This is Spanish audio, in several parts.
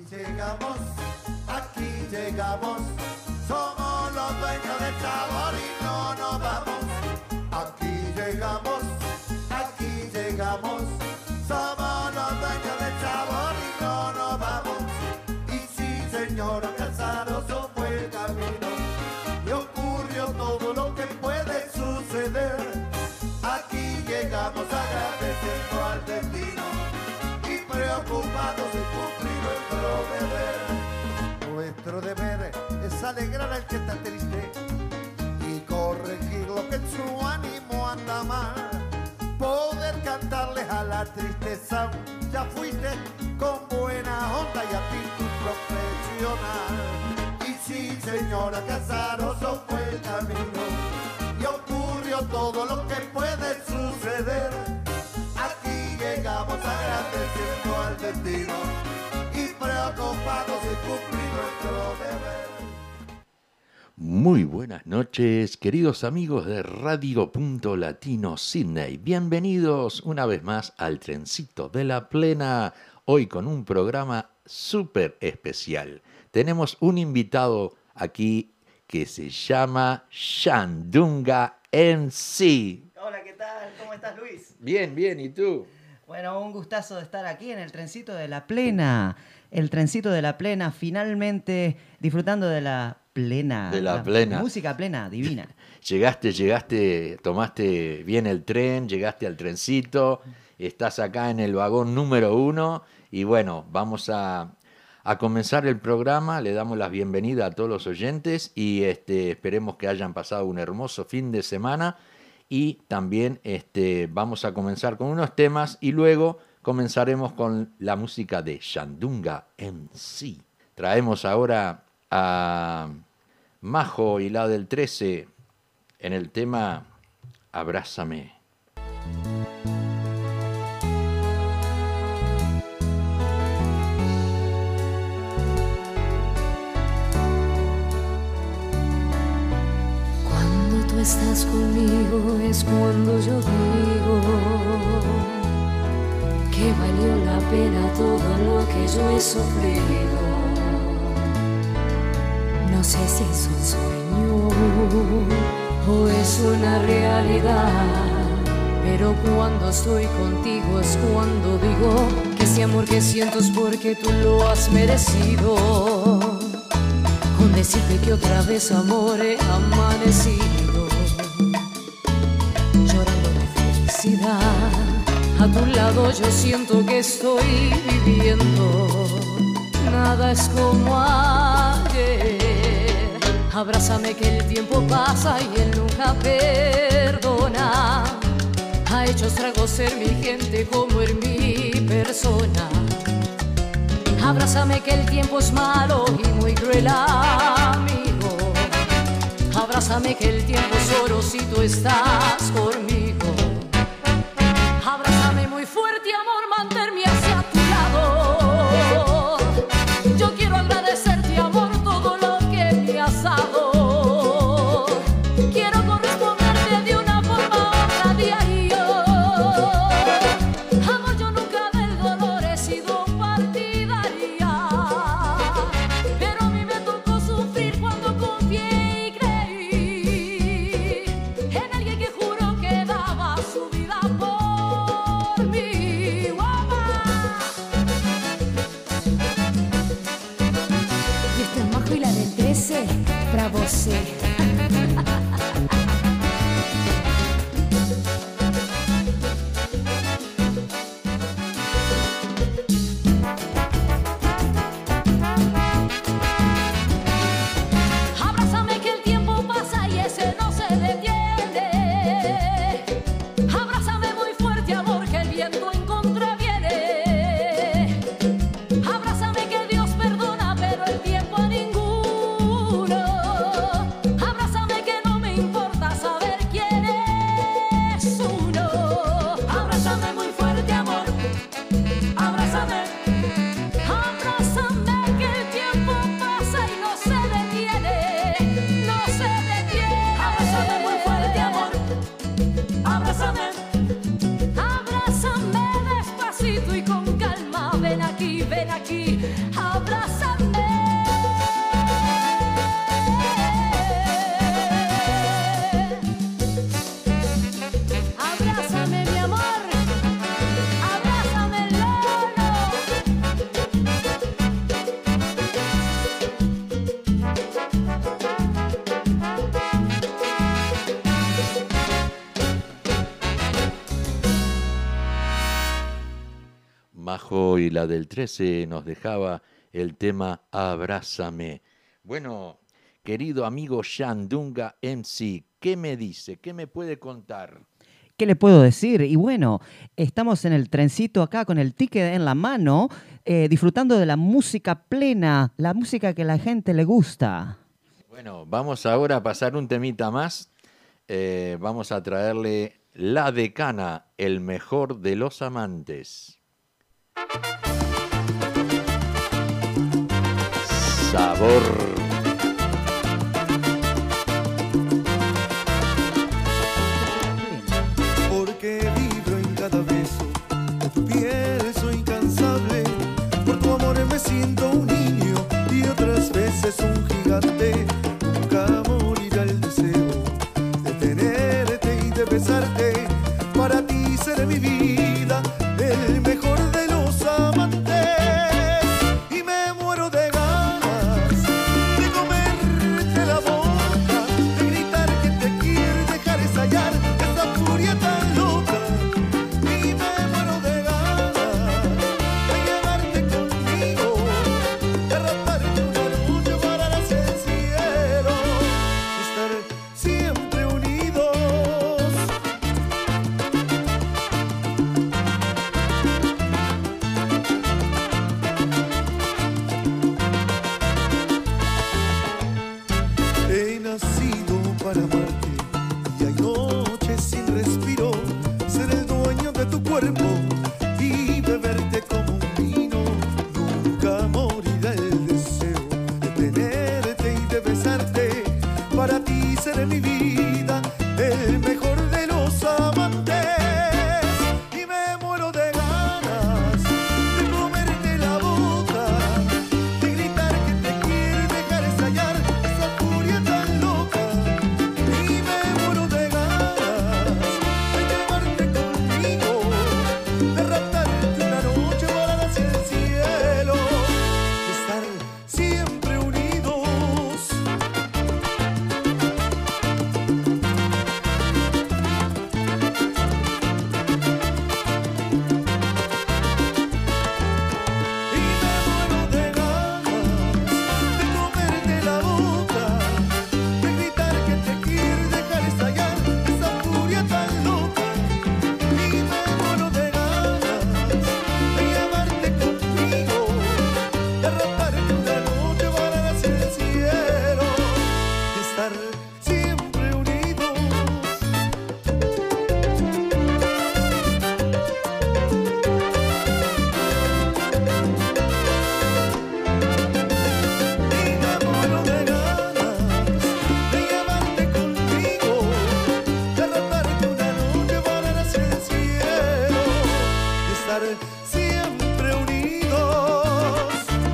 llegamos, aquí llegamos, somos los dueños del sabor y no nos vamos. Aquí llegamos, somos los dueños del sabor y no nos vamos. Y sí, señor, cansaroso fue el camino y ocurrió todo lo que puede suceder. Aquí llegamos agradeciendo al destino y preocupados de cumplir nuestro deber. Nuestro deber es alegrar al que está triste y corregir lo que en su ánimo anda mal. Poder cantarles a la tristeza, ya fuiste con buena onda y actitud profesional. Y sí, señora, Casaroso fue el camino y ocurrió todo lo que puede suceder. Aquí llegamos agradeciendo al destino y preocupados de cumplir nuestro deber. Muy buenas noches, queridos amigos de Radio Punto Latino Sydney. Bienvenidos una vez más al Trencito de la Plena, hoy con un programa súper especial. Tenemos un invitado aquí que se llama Shandunga MC. Hola, ¿qué tal? ¿Cómo estás, Luis? Bien, bien, ¿y tú? Bueno, un gustazo de estar aquí en el Trencito de la Plena. El Trencito de la Plena, finalmente disfrutando de la plena. De la plena. Música plena, divina. Llegaste, tomaste bien el tren, llegaste al trencito, estás acá en el vagón número 1 y bueno, vamos a comenzar el programa. Le damos la bienvenida a todos los oyentes y esperemos que hayan pasado un hermoso fin de semana y también vamos a comenzar con unos temas y luego comenzaremos con la música de Shandunga MC. Traemos ahora a Majo y la del 13 en el tema Abrázame. Cuando tú estás conmigo es cuando yo digo que valió la pena todo lo que yo he sufrido. No sé si es un sueño o es una realidad, pero cuando estoy contigo es cuando digo que ese amor que siento es porque tú lo has merecido. Con decirte que otra vez amor he amanecido, llorando de felicidad. A tu lado yo siento que estoy viviendo, nada es como ayer. Abrázame que el tiempo pasa y él nunca perdona. Ha hecho estragos ser mi gente como en mi persona. Abrázame que el tiempo es malo y muy cruel, amigo. Abrázame que el tiempo es oro si tú estás conmigo. Abrázame muy fuerte, amor, mantenerme hacia tu lado. Yo quiero agradecerte, amor, todo lo que me has dado. Quiero corresponderte de una forma otra diario. Amor, yo nunca del dolor he sido partidaria, pero a mí me tocó sufrir cuando confié y creí en alguien que juró que daba Majo y la del 13 nos dejaba el tema Abrázame. Bueno, querido amigo Shandunga MC, ¿qué me dice? ¿Qué me puede contar? ¿Qué le puedo decir? Y bueno, estamos en el trencito acá con el ticket en la mano, disfrutando de la música plena, la música que a la gente le gusta. Bueno, vamos ahora a pasar un temita más. Vamos a traerle La Decana, el mejor de los amantes. Sabor. Porque vibro en cada beso de tu piel, soy incansable. Por tu amor me siento un niño y otras veces un gigante. Nunca morirá el deseo de tenerte y de besarte. Para ti seré mi vida, el mejor de los amantes. Y me muero de ganas de comerte la boca, de gritar que te quiero y dejar estallar esa furia tan loca. Y me muero de ganas de llevarte conmigo, de raparte una noche para hacia el cielo, de estar siempre unidos. He nacido para amarte y hay noches sin respiro, ser el dueño de tu cuerpo y beberte como un vino. Nunca morirá el deseo de tenerte y de besarte. Para ti seré mi vida, el mejor de los amantes. Y me muero de ganas de comerte la boca, de gritar que te quiero y dejar estallar esa furia tan loca. Y me muero de ganas de llevarte conmigo, de raptarte una noche volar hacia el cielo, de estar siempre unidos. Y me muero de ganas de comerte la boca, de gritar que te quiero y dejar estallar esa furia tan loca. Y me muero de ganas de llevarte conmigo, de raptarte una noche volar hacia el cielo, de estar siempre unidos. Y me muero de ganas de llevarte conmigo, de raptarte una noche volar hacia el cielo, de estar siempre unidos.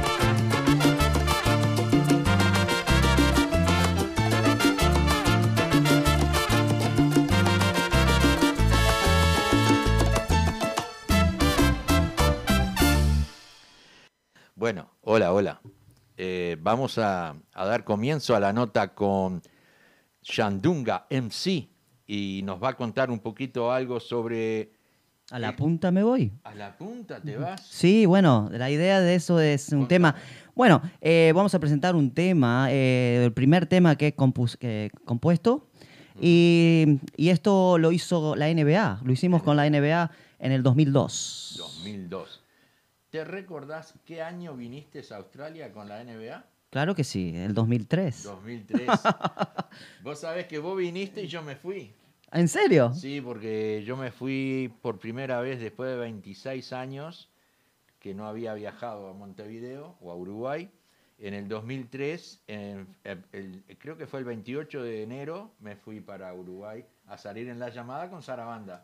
Bueno, hola. Vamos a dar comienzo a la nota con Shandunga MC y nos va a contar un poquito algo sobre... ¿A la punta me voy? ¿A la punta te vas? Sí, bueno, la idea de eso es un tema. Bueno, vamos a presentar un tema, el primer tema que he compuesto. Y esto lo hizo la NBA, lo hicimos con la NBA en el 2002. 2002. ¿Te recordás qué año viniste a Australia con la NBA? Claro que sí, el 2003. 2003. Vos sabés que vos viniste y yo me fui. ¿En serio? Sí, porque yo me fui por primera vez después de 26 años que no había viajado a Montevideo o a Uruguay. En el 2003, creo que fue el 28 de enero, me fui para Uruguay a salir en La Llamada con Sarabanda.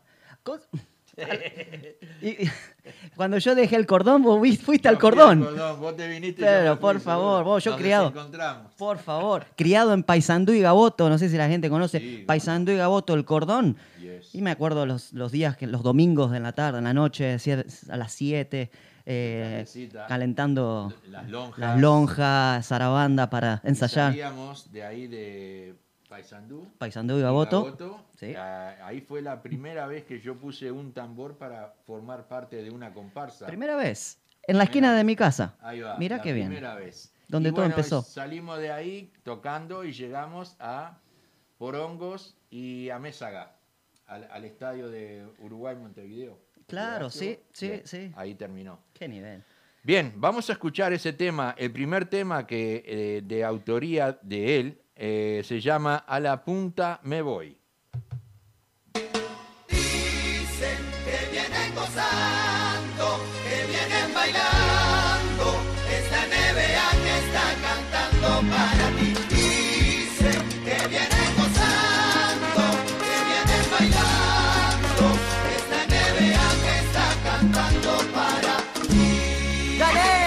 Y cuando yo dejé el cordón, vos fuiste al cordón. Vos te viniste. Pero por favor, vos, yo nos criado. desencontramos. Por favor, criado en Paysandú y Gaboto, no sé si la gente conoce, Sí, Paysandú y Gaboto, el cordón. Yes. Y me acuerdo los días, los domingos en la tarde, en la noche, a las 7, Tardecita. calentando Las lonjas. las lonjas, Sarabanda para ensayar. Salíamos de ahí de Paysandú y Gaboto. Sí. Ahí fue la primera vez que yo puse un tambor para formar parte de una comparsa. Primera vez. En la esquina de mi casa. Ahí va. Mira qué bien. Primera vez. Donde y todo bueno, empezó. Salimos de ahí tocando y llegamos a Porongos y a Mésaga, al estadio de Uruguay-Montevideo. Claro, sí. Ahí terminó. Qué nivel. Bien, vamos a escuchar ese tema. El primer tema que de autoría de él se llama A la punta me voy. Dicen que vienen gozando, que vienen bailando, esta NBA que está cantando para ti. Dicen que vienen gozando, que vienen bailando, esta NBA que está cantando para ti. ¡Dale!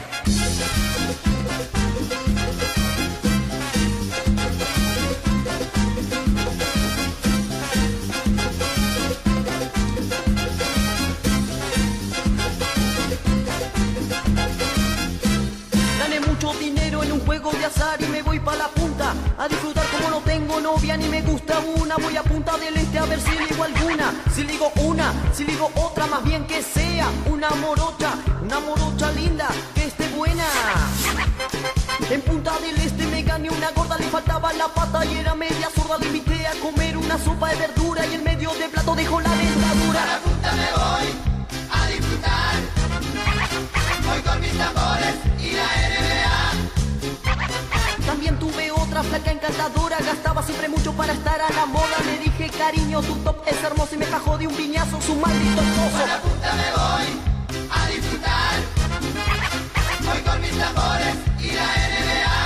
Dinero en un juego de azar y me voy pa' la punta a disfrutar como no tengo novia ni me gusta una. Voy a Punta del Este a ver si ligo alguna. Si ligo una, si ligo otra, más bien que sea una morocha linda que esté buena. En Punta del Este me gané una gorda, le faltaba la pata y era media sorda. Le invité a comer una sopa de verdura y en medio del plato dejó la dentadura. A la punta me voy a disfrutar, voy con mis tambores y la NBA. También tuve otra flaca encantadora, gastaba siempre mucho para estar a la moda. Le dije, cariño, tu top es hermoso y me bajó de un piñazo su maldito esposo. A la punta me voy a disfrutar, voy con mis tambores y la NBA.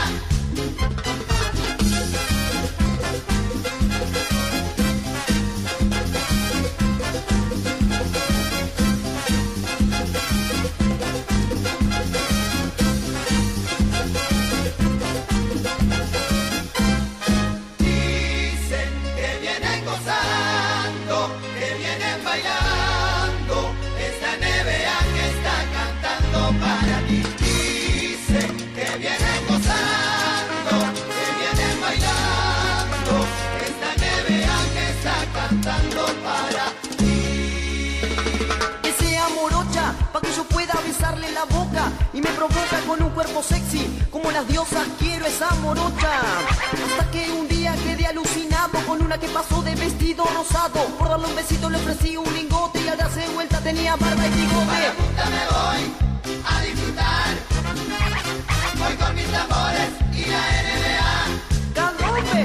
La boca y me provoca con un cuerpo sexy como las diosas, quiero esa morocha. Hasta que un día quedé alucinado con una que pasó de vestido rosado. Por darle un besito le ofrecí un lingote y al darse vuelta tenía barba y bigote. A la punta me voy a disfrutar, voy con mis tambores y la NBA. ¡Cadrope!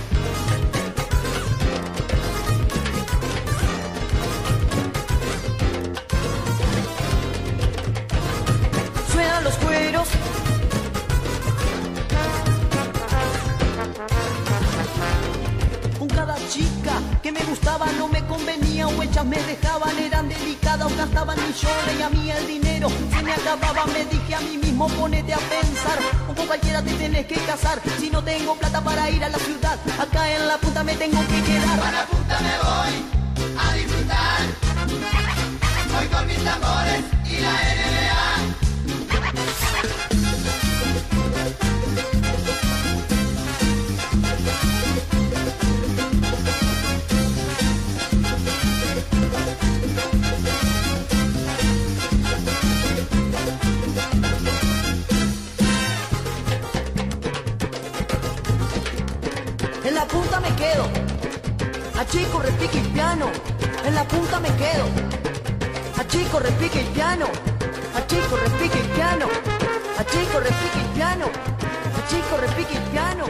Suenan los cueros, con cada chica que me gustaba no me convenía, o ellas me dejaban, eran delicadas o gastaban millones y a mí el dinero se me acababa. Me dije a mí mismo, ponete a pensar, o con cualquiera te tenés que casar. Si no tengo plata para ir a la ciudad, acá en la punta me tengo que quedar. A la punta me voy a disfrutar, voy con mis tambores y la NBA. En la punta me quedo, a chico repique y piano. En la punta me quedo, a chico repique y piano. A chico repique y piano, a chico repique y piano, a chico repique y piano.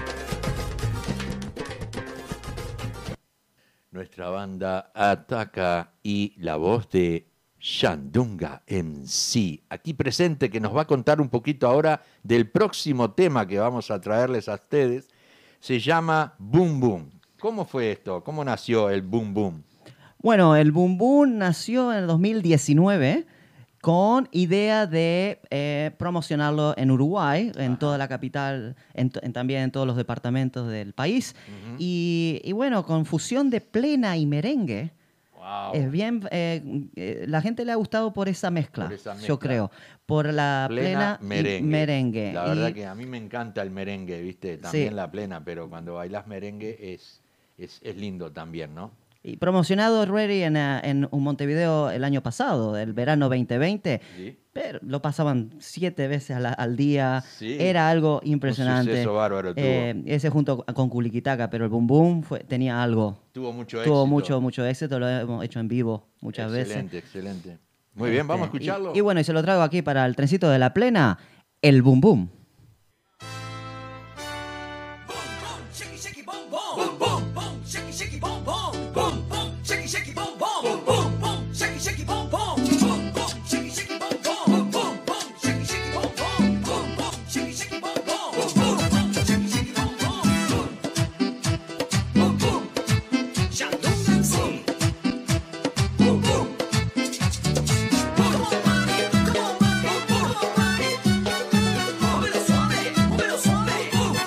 Nuestra banda Ataca y la voz de Shandunga MC, aquí presente, que nos va a contar un poquito ahora del próximo tema que vamos a traerles a ustedes. Se llama Boom Boom. ¿Cómo fue esto? ¿Cómo nació el Boom Boom? Bueno, el Boom Boom nació en el 2019 con idea de promocionarlo en Uruguay, en toda la capital, también en todos los departamentos del país. Y bueno, con fusión de plena y merengue, Wow. Es bien, la gente le ha gustado por esa mezcla, Por esa yo mezcla. creo. Por la plena, y merengue. La verdad Y- que a mí me encanta el merengue, ¿viste? También Sí. la plena, pero cuando bailas merengue es lindo también, ¿no? Y promocionado Ready en un Montevideo el año pasado, el verano 2020, Sí. pero lo pasaban 7 veces al día. Sí. Era algo impresionante. suceso bárbaro tuvo. Ese junto con Kulikitaka, pero el Boom Boom tenía algo. Tuvo mucho Tuvo éxito. mucho éxito, lo hemos hecho en vivo muchas veces. Excelente, excelente. Muy bien, vamos a Este, escucharlo. Y bueno, y se lo traigo aquí para el trencito de la plena, el Boom Boom. Shaky, shaky, boom, boom, boom, boom, boom, shaky, shaky, boom, boom, boom, boom, shaky, shaky, boom, boom, boom, boom, shaky, shaky, boom, boom, boom, boom, shaky, shaky, boom, boom, boom, boom, shaky, shaky, boom, boom, boom, boom, shaky, shaky, boom, boom, boom, boom, shaky, shaky, boom, boom, boom, boom, Shandong MC, boom, boom. Come on, mami, come on, mami, come on, mami, móvelo suave, móvelo suave.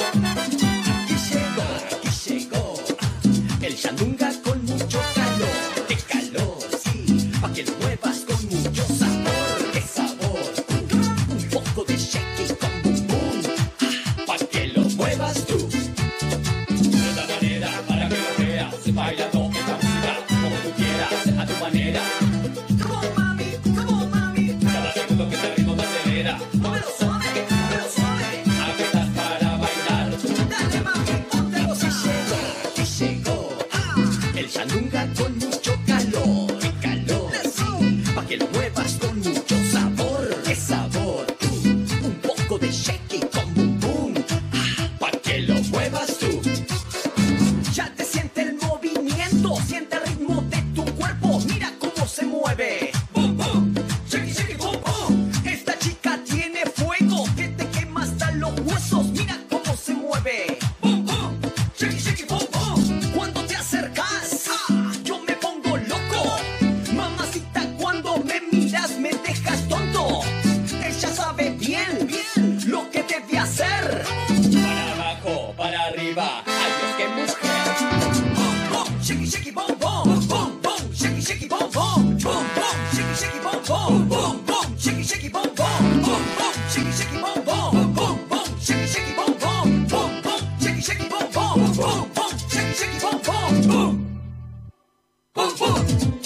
Aquí llegó, el Shandunga con mucho calor, de calor, sí, pa' que lo muevas con mucho sabor, de sabor, un poco de shaky con boom boom, pa' que lo muevas tú. De esta manera, para que lo veas, bailando esta música, como tú quieras, a tu manera. Come on, mami, cada segundo que te ritmo te acelera, móvelo suave, aquí estás para bailar. Dale, mami, ponte a gozar. Aquí llegó, el Shandunga con mucho calor, de calor, sí, pa' que lo muevas con mucho sabor, de sabor, un poco de shaky con boom boom, pa' que lo muevas tú. Ya te siente el movimiento, siente el ritmo de tu cuerpo, mira cómo se mueve. Boom, boom, shaky, shaky, boom, boom. Esta chica tiene fuego que te quema hasta los huesos, mira cómo se mueve. Boom, boom, shaky, shaky, boom, boom. Cuando te acercas, yo me pongo loco. Mamacita, cuando me miras me dejas tonto. Ella sabe bien lo que debe hacer. Para abajo, para arriba, ay Dios, qué mujer. Boom, boom, shaky, shaky, boom, boom, boom, boom, shaky, shaky, boom, boom, boom, boom, shaky, shaky, boom, boom, boom, boom, shaky, shaky, boom, boom, boom, boom, shaky, shaky, boom, boom, boom, boom, shaky, shaky, boom, boom, boom, boom, shaky, shaky, boom, boom, boom, boom, shaky, shaky, boom, boom, boom, boom, boom,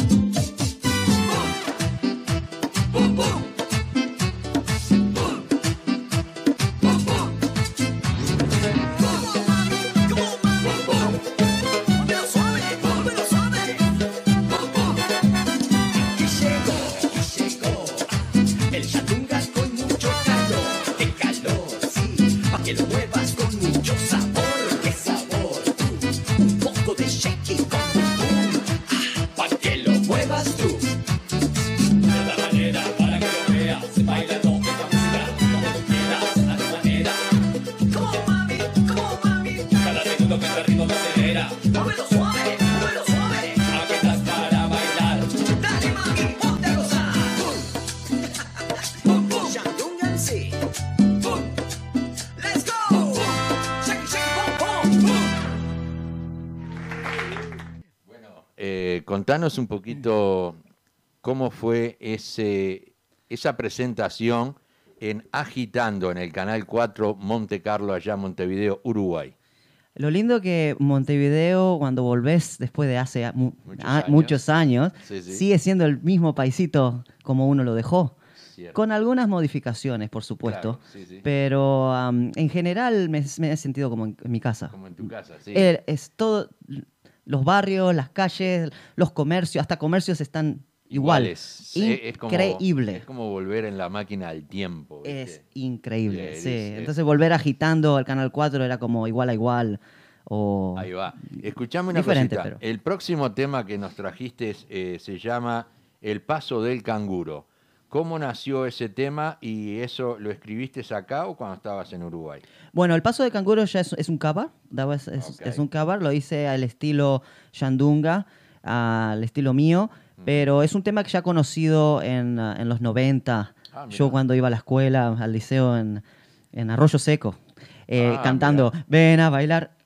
boom, boom, boom. El Shandunga con mucho calor, de calor, sí, pa' que lo muevas con mucho sabor, de sabor, un poco de shaky con boom boom, pa' que lo muevas tú. De esta manera, para que lo veas, bailando esta música, como tú quieras, a tu manera. Come on, mami, cada segundo que te ritmo te acelera. Móvelo suave, aquí estás para bailar. Dale, mami, ponte a gozar. Boom, boom, Shandunga MC. Boom, let's go. Shaky, shaky, boom, boom, boom. Bueno, contanos un poquito cómo fue esa presentación en Agitando en el Canal 4 Monte Carlo, allá en Montevideo, Uruguay. Lo lindo que Montevideo, cuando volvés después de hace años. muchos años, Sí, sí. sigue siendo el mismo paisito como uno lo dejó. Cierto. Con algunas modificaciones, por supuesto. Claro, sí, sí. Pero en general me he sentido como en mi casa. Como en tu casa, sí. Es todo, los barrios, las calles, los comercios, hasta comercios están iguales. Sí, Increíble. Es como volver en la máquina del tiempo. ¿viste? Es increíble, Sí, sí. es- Entonces volver agitando al Canal 4 era como igual a igual. O... Ahí va. Escuchame una Diferente, cosita. pero- El próximo tema que nos trajiste se llama El paso del canguro. ¿Cómo nació ese tema y eso lo escribiste acá o cuando estabas en Uruguay? Bueno, el paso de canguro ya es un cover, Ok. es un cover, lo hice al estilo Shandunga, al estilo mío, pero es un tema que ya conocido en los 90, Ah, mirá. yo cuando iba a la escuela, al liceo en Arroyo Seco, Ah, cantando, ven a bailar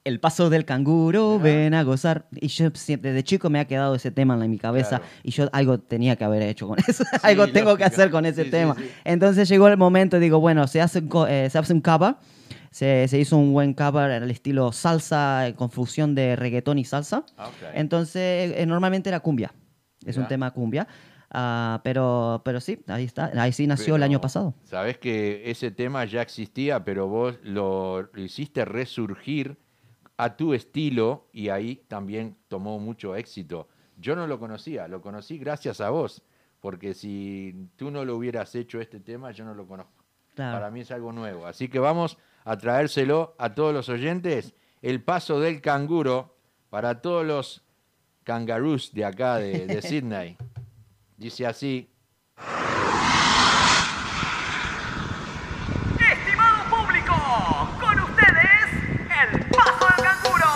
El paso del canguro, ven a gozar. Y yo siempre, desde chico me ha quedado ese tema en mi cabeza. Claro. Y yo algo tenía que haber hecho con eso. Algo tengo que lógico. hacer con ese Sí, tema. sí, sí. Entonces llegó el momento, digo, bueno, se hace un cover. Se hizo un buen cover al estilo salsa, con fusión de reggaetón y salsa. Ok. Entonces, normalmente era cumbia. Es un Mirá. tema cumbia. Pero sí, ahí está. Ahí sí nació el año pasado. Sabés que ese tema ya existía, pero vos lo hiciste resurgir a tu estilo y ahí también tomó mucho éxito. Yo no lo conocía, lo conocí gracias a vos, porque si tú no lo hubieras hecho este tema, yo no lo conozco. Claro. Para mí es algo nuevo. Así que vamos a traérselo a todos los oyentes. El paso del canguro para todos los kangaroos de acá, de Sydney. Dice así. Estimado público, con ustedes, el paso del canguro.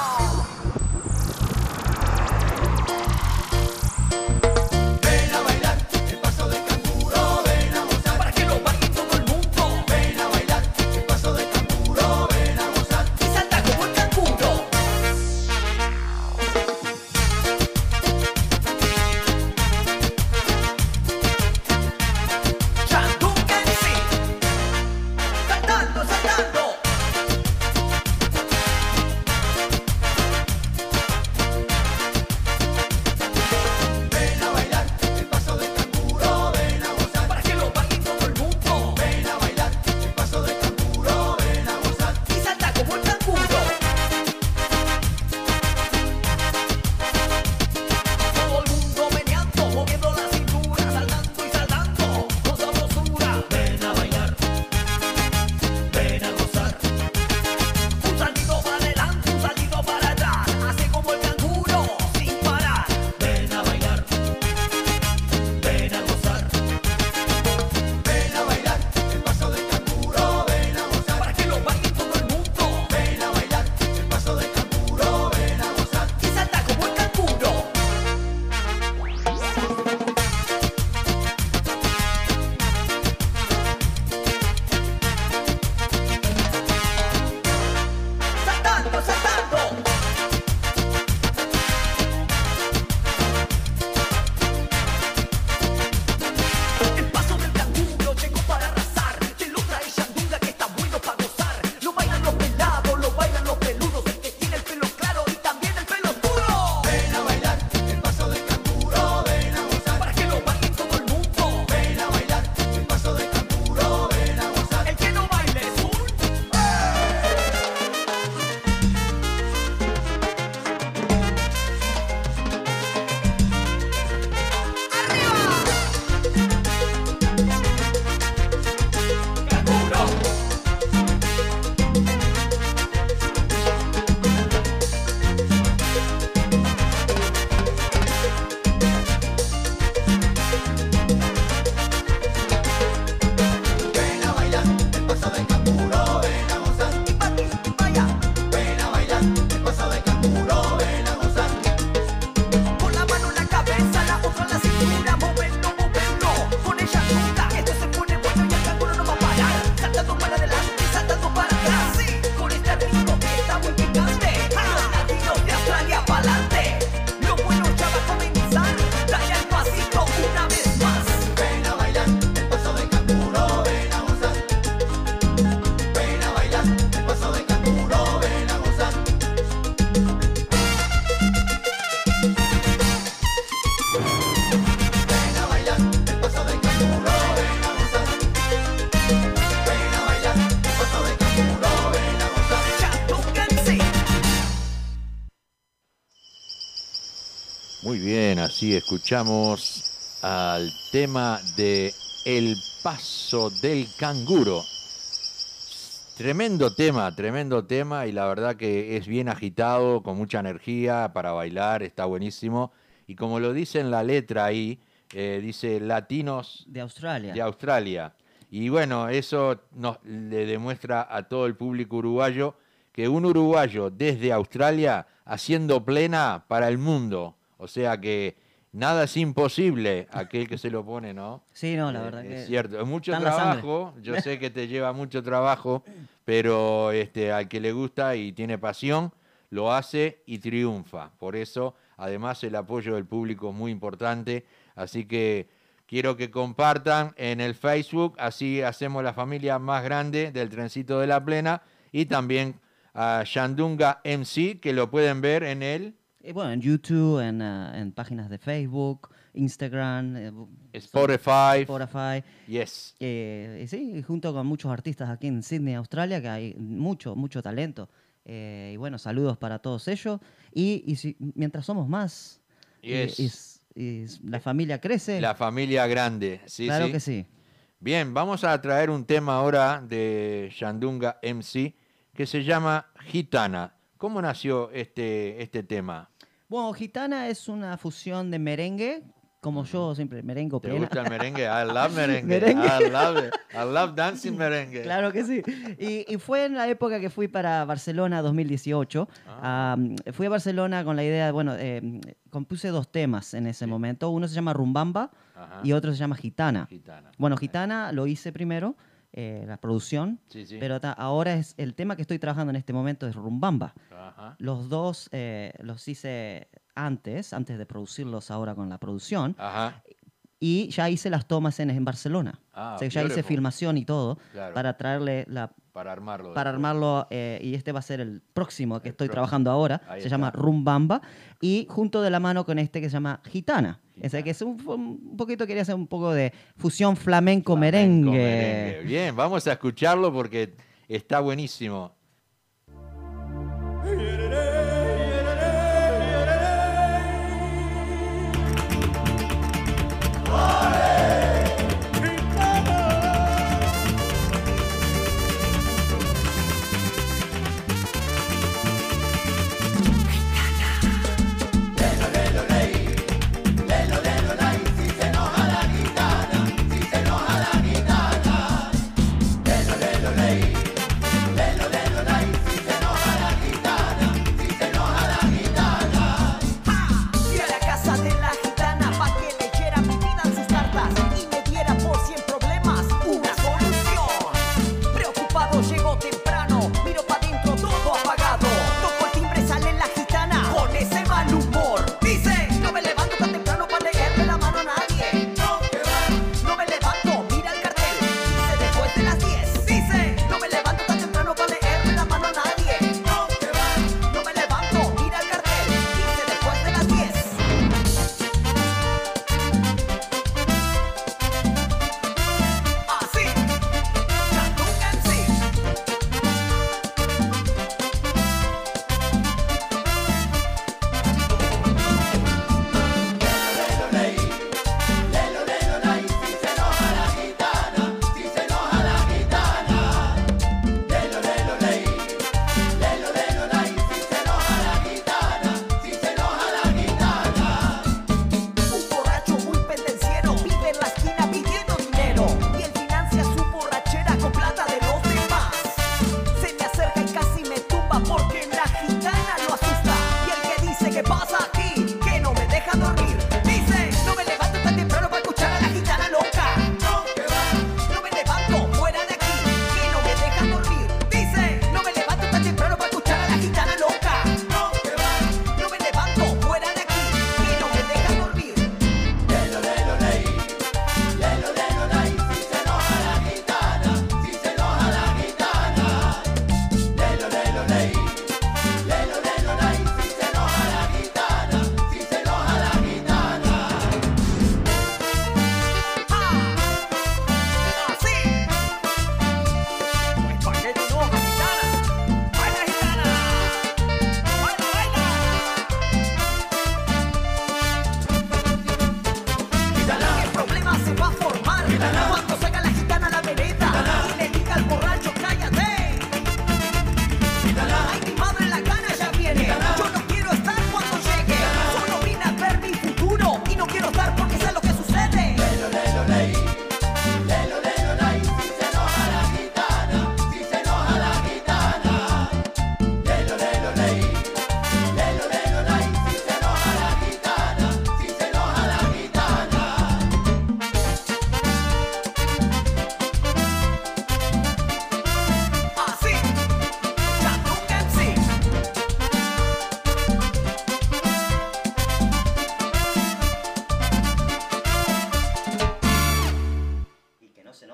Ven a bailar el paso del canguro, ven a gozar. Para que lo baile todo el mundo. Ven a bailar el paso del canguro, ven a gozar. Y salta como el canguro. Chantunquense. Saltando, saltando. Ven a bailar el paso del canguro, ven a gozar. Para que lo baile todo el mundo. Ven a bailar el paso del canguro, ven a gozar. Y salta como el canguro. Todo el mundo meneando, moviendo la cintura, saltando y saltando con sabrosura. Ven a bailar, ven a gozar. Un saltito para adelante, un saltito para atrás, hace como el canguro sin parar. Ven a bailar, ven a gozar. Ven a bailar el paso del canguro, ven a gozar. Para que lo baile todo el mundo. Ven a bailar el paso del canguro, ven a gozar. Y salta como el canguro. Saltando, saltando. El paso del canguro llegó para arrasar. Te lo trae Shandunga que está bueno para gozar. Lo bailan los pelados, lo bailan los peludos. El que tiene el pelo claro y también el pelo oscuro. Ven a bailar el paso del canguro, ven a gozar. Para que lo bailen todo el mundo. Ven a bailar el paso del canguro, ven a gozar. El que no baile es un... Ven a bailar el paso del canguro, ven a gozar. Y pa' aquí, y pa' allá. Ven a bailar el paso del canguro, ven a gozar. Con la mano en la cabeza, la otra en la cintura, moverlo, moverlo. Con ella nunca, esto se pone bueno y el canguro no va a parar. Saltando para adelante, saltando para atrás. Sí, con este ritmo que está muy picante. Los latinos de Australia pa'lante. Lo bueno ya va a comenzar. Dale al pasito una vez más. Ven a bailar el paso del canguro, ven a gozar. Ven a bailar el paso del canguro, ven a gozar. Ven a bailar el paso del canguro, ven a gozar. Ven a bailar el paso del canguro, ven a gozar. Chantunquense. Muy bien, así escuchamos al tema de El paso del canguro. Tremendo tema y la verdad que es bien agitado, con mucha energía para bailar, está buenísimo. Y como lo dice en la letra ahí, dice latinos De Australia. de Australia. Y bueno, eso le demuestra a todo el público uruguayo que un uruguayo desde Australia haciendo plena para el mundo. O sea que nada es imposible aquel que se lo pone, ¿no? Sí, no, la verdad que... Es cierto, es mucho está en la sangre. trabajo, yo sé que te lleva mucho trabajo, pero al que le gusta y tiene pasión, lo hace y triunfa. Por eso, además, el apoyo del público es muy importante. Así que quiero que compartan en el Facebook, así hacemos la familia más grande del Trencito de la Plena. Y también a Shandunga MC, que lo pueden ver en el... Bueno, en YouTube, en páginas de Facebook, Instagram, Spotify. Yes. Y sí, junto con muchos artistas aquí en Sydney, Australia, que hay mucho talento. Y bueno, saludos para todos ellos. Y mientras somos más, Yes. y la familia crece. La familia grande, sí, claro sí. que sí. Bien, vamos a traer un tema ahora de Shandunga MC que se llama Gitana. ¿Cómo nació este tema? Bueno, Gitana es una fusión de merengue, como yo siempre, merengue o ¿Te plena. gusta el merengue? I love merengue. Merengue. I love it. I love dancing merengue. Claro que sí. Y fue en la época que fui para Barcelona 2018. Fui a Barcelona con la idea, bueno, compuse 2 temas en ese momento. Uno se llama Rumbamba y otro se llama Gitana. Bueno, Gitana lo hice primero, la producción, pero ahora es el tema que estoy trabajando en este momento es Rumbamba. Los dos los hice antes de producirlos ahora con la producción. Y ya hice las tomas en Barcelona. O sea, ya hice filmación y todo para traerle para armarlo. Para armarlo, y este va a ser el próximo que estoy trabajando ahora. Se llama Rumbamba. Y junto de la mano con este que se llama Gitana. O sea, que es un poquito, quería hacer un poco de fusión flamenco-merengue. Bien, vamos a escucharlo porque está buenísimo.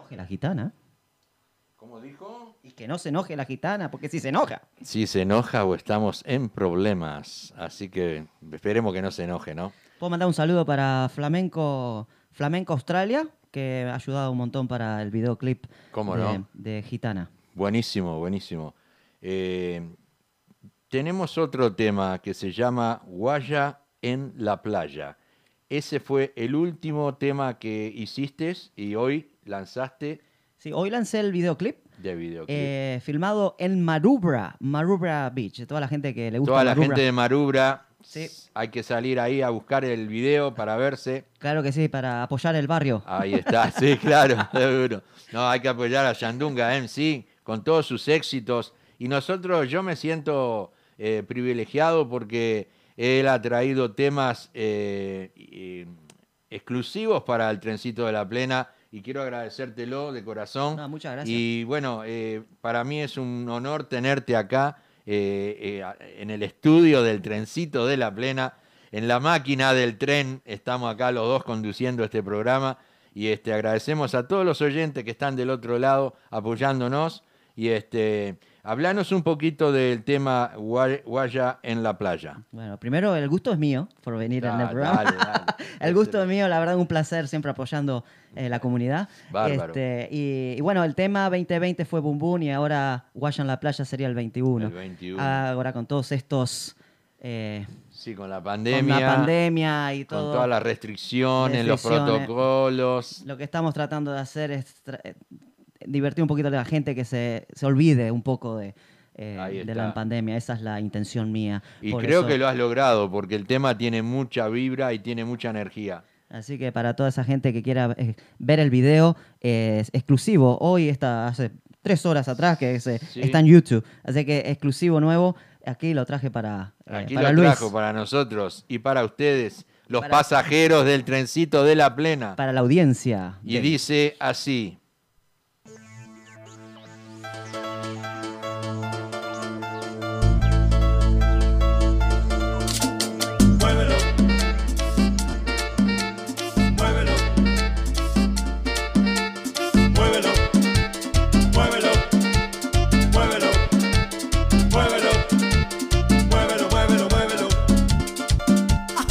enoje la gitana. ¿Cómo dijo? Y que no se enoje la gitana, porque si se enoja. Si se enoja o estamos en problemas. Así que esperemos que no se enoje, ¿no? Puedo mandar un saludo para Flamenco Australia, que ha ayudado un montón para el videoclip ¿Cómo no? de Gitana. Buenísimo, buenísimo. Tenemos otro tema que se llama Guaya en la playa. Ese fue el último tema que hiciste y hoy lanzaste Sí, hoy lancé el videoclip de videoclip. filmado en Maroubra Beach. Toda la gente que le gusta Toda la Maroubra. gente de Maroubra, Sí. hay que salir ahí a buscar el video para verse. Claro que sí, para apoyar el barrio. Ahí está, sí, claro, seguro. No, hay que apoyar a Shandunga MC con todos sus éxitos. Y nosotros, yo me siento privilegiado porque él ha traído temas exclusivos para el Trencito de la Plena y quiero agradecértelo de corazón. No, muchas gracias. Y bueno, para mí es un honor tenerte acá en el estudio del Trencito de la Plena, en la máquina del tren. Estamos acá los dos conduciendo este programa y agradecemos a todos los oyentes que están del otro lado apoyándonos. Y hablanos un poquito del tema Guaya en la playa. Bueno, primero el gusto es mío por venir en el programa. Dale. El gusto es mío, la verdad, un placer siempre apoyando la comunidad. Bárbaro. Y bueno, el tema 2020 fue Boom Boom y ahora Guaya en la playa sería el 21. El 21. Ahora con todos estos... Sí, con la con pandemia. la pandemia y todo. Con todas las restricciones, los protocolos. Lo que estamos tratando de hacer es divertir un poquito a la gente que se olvide un poco de la pandemia. Esa es la intención mía. Y Por creo eso- que lo has logrado, porque el tema tiene mucha vibra y tiene mucha energía. Así que para toda esa gente que quiera ver el video, es exclusivo. Hoy hace 3 horas atrás que Sí. está en YouTube. Así que exclusivo nuevo. Aquí lo traje para Aquí Luis. lo trajo para nosotros y para ustedes, los Para- pasajeros del Trencito de la Plena. Para la audiencia. Y dice así. Muévelo. Muévelo. Muévelo. Muévelo. Muévelo. Muévelo. Muévelo, muévelo, muévelo.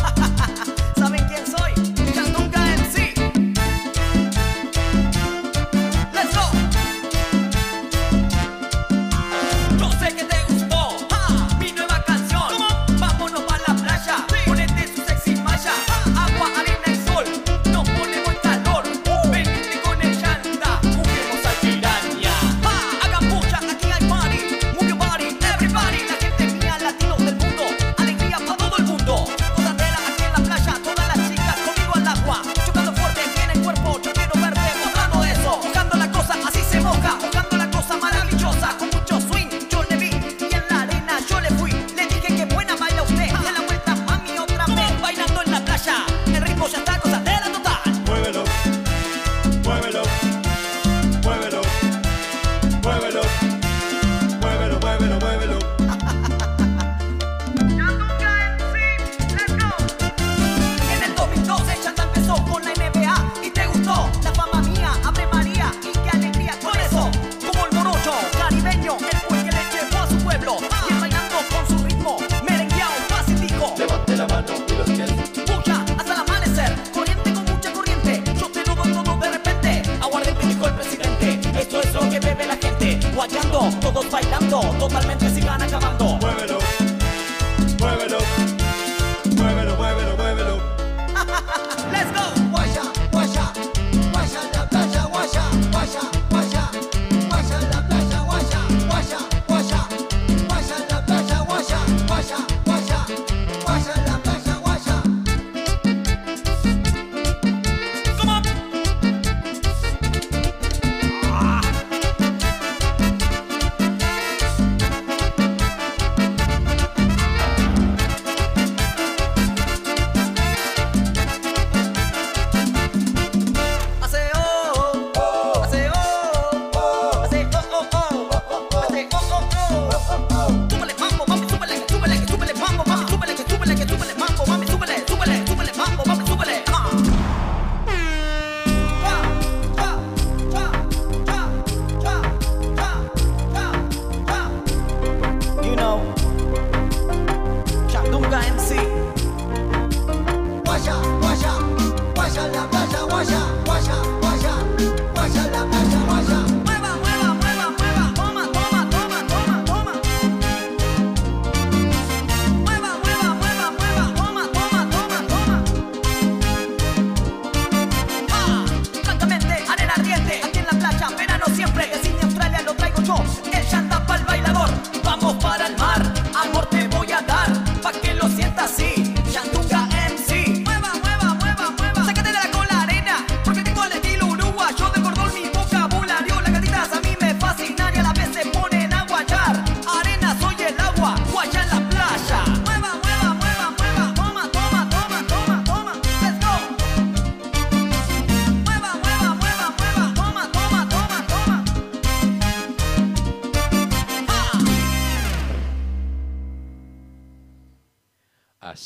¿Saben quién soy? Shandunga MC.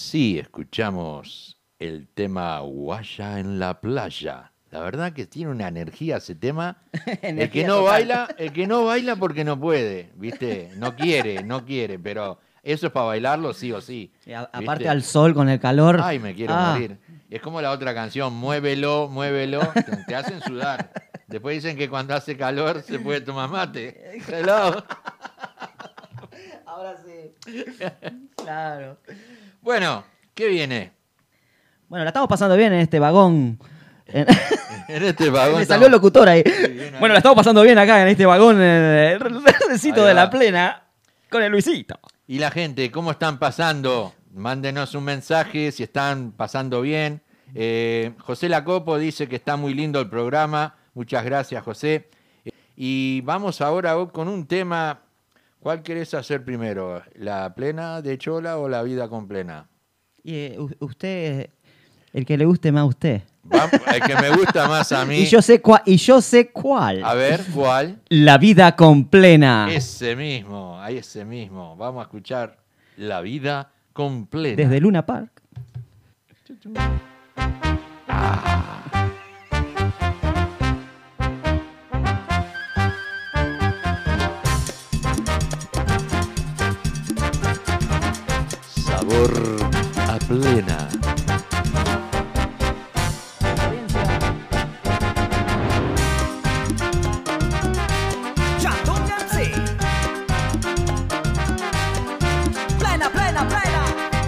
Sí, escuchamos el tema Guaya en la playa. La verdad que tiene una energía ese tema. El que no baila porque no puede, ¿viste? No quiere, pero eso es para bailarlo sí o sí. Aparte ¿viste? al sol con el calor. Ay, me quiero morir. Es como la otra canción, muévelo, te hacen sudar. Después dicen que cuando hace calor se puede tomar mate. Hello. Ahora sí. Claro. Bueno, ¿qué viene? Bueno, la estamos pasando bien en este vagón. En este vagón. Me salió el locutor ahí. Bien, Bueno, la estamos pasando bien acá en este vagón, en el recito Ahí de la va. plena, con el Luisito. Y la gente, ¿cómo están pasando? Mándenos un mensaje si están pasando bien. José Lacopo dice que está muy lindo el programa. Muchas gracias, José. Y vamos ahora con un tema. ¿Cuál querés hacer primero? ¿La plena de Chola o la vida con plena? Y usted, el que le guste más a usted. Vamos, el que me gusta más a mí. Y yo sé cuál. A ver, ¿cuál? La vida con plena. Ese mismo. Vamos a escuchar La vida con plena. Desde Luna Park. Sabor a plena. Chato Dance. Plena, plena, plena.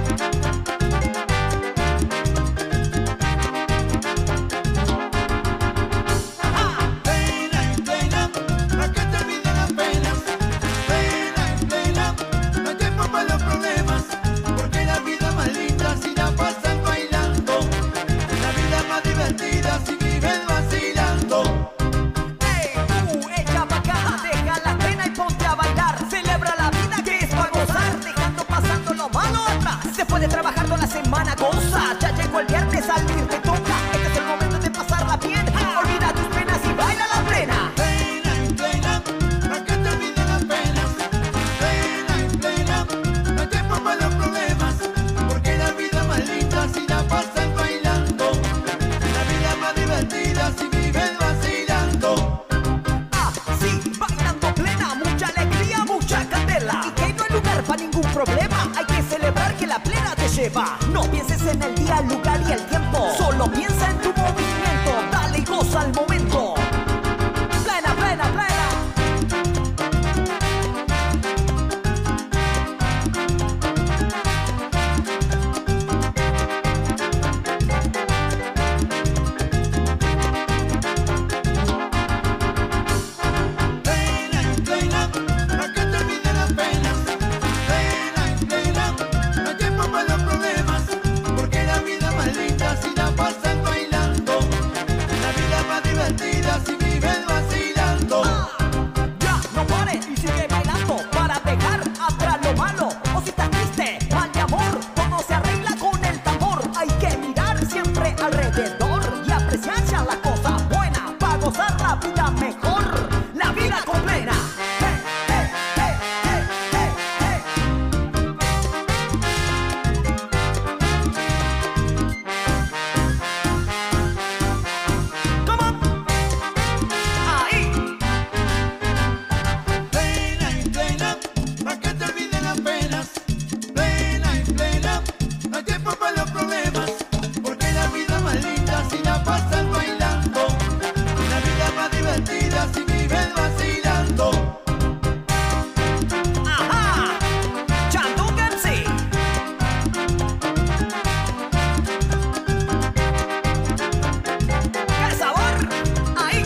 Plena y plena, para que te olviden las penas. Plena y plena, no hay tiempo para los problemas. Porque la vida más linda si la pasas bailando. La vida más divertida si vives vacilando. Ey, tú, echa pa' acá, deja la pena y ponte a bailar. Celebra la vida que es para gozar, dejando pasando lo malo atrás. Después de trabajar toda la semana, goza. Ya llegó el viernes, salir te toca. Este es el momento de pasarla bien. Olvida tus penas y baila la plena. Plena y plena, para que te olviden las penas. Plena y plena, no hay tiempo para los problemas. Porque la vida más linda si la pasas bailando. La vida más divertida si vives vacilando. Ah, sí, bailando plena, mucha alegría, mucha candela. Y que no hay lugar para ningún problema. Hay que celebrar que la plena te lleva. No pienses en el día, el lugar y el tiempo. Solo piensa en tu movimiento. Dale y goza al momento. Plena, plena, plena. Plena y plena, para que te olviden las penas. Plena y plena, no hay tiempo para los problemas. Porque la vida más linda si la pasas bailando. La vida más divertida si vives vacilando. Ya, no pares y sigue bailando para dejar atrás lo malo. O si estás triste, mal de amor, todo se arregla con el tambor. Hay que mirar siempre alrededor y apreciar ya la cosa buena para gozar la vida mejor. La vida con plena. Hey, hey, hey, hey, hey, hey. Come on. Ahí. Plena y plena, para que te olviden las penas. Plena y plena, no hay tiempo para los problemas. Porque la vida más linda si la pasas bailando. La vida más divertida si vives vacilando. Ajá. Chandungansi. ¡Qué sabor! Ahí.